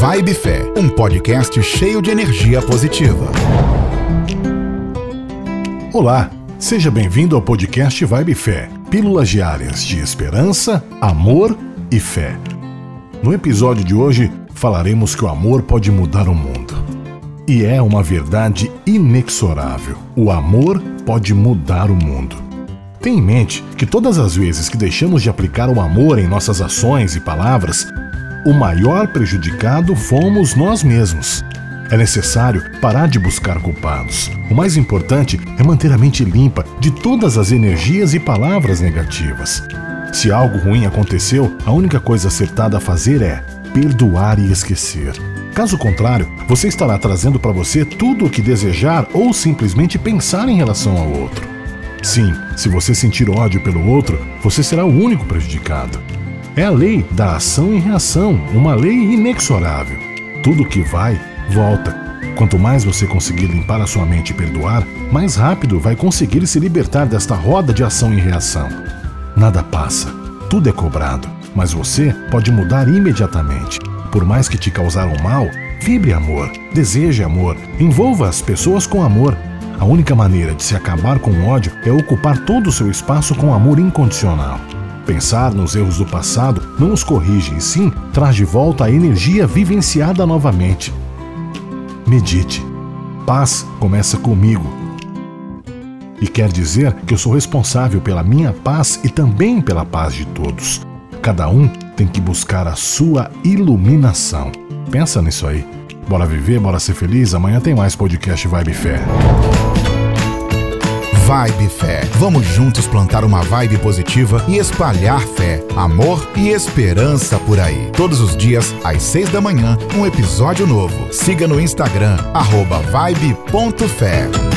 Vibe Fé, um podcast cheio de energia positiva. Olá, seja bem-vindo ao podcast Vibe Fé, pílulas diárias de esperança, amor e fé. No episódio de hoje, falaremos que o amor pode mudar o mundo. E é uma verdade inexorável. O amor pode mudar o mundo. Tenha em mente que todas as vezes que deixamos de aplicar o amor em nossas ações e palavras, o maior prejudicado fomos nós mesmos. É necessário parar de buscar culpados. O mais importante é manter a mente limpa de todas as energias e palavras negativas. Se algo ruim aconteceu, a única coisa acertada a fazer é perdoar e esquecer. Caso contrário, você estará trazendo para você tudo o que desejar ou simplesmente pensar em relação ao outro. Sim, se você sentir ódio pelo outro, você será o único prejudicado. É a lei da ação e reação, uma lei inexorável. Tudo que vai, volta. Quanto mais você conseguir limpar a sua mente e perdoar, mais rápido vai conseguir se libertar desta roda de ação e reação. Nada passa, tudo é cobrado, mas você pode mudar imediatamente. Por mais que te causaram mal, vibre amor, deseje amor, envolva as pessoas com amor. A única maneira de se acabar com o ódio é ocupar todo o seu espaço com amor incondicional. Pensar nos erros do passado não os corrige, e sim traz de volta a energia vivenciada novamente. Medite. Paz começa comigo. E quer dizer que eu sou responsável pela minha paz e também pela paz de todos. Cada um tem que buscar a sua iluminação. Pensa nisso aí. Bora viver, bora ser feliz. Amanhã tem mais podcast Vibe Fé. Vibe Fé. Vamos juntos plantar uma vibe positiva e espalhar fé, amor e esperança por aí. Todos os dias, às 6 da manhã, um episódio novo. Siga no Instagram, @vibe.fé.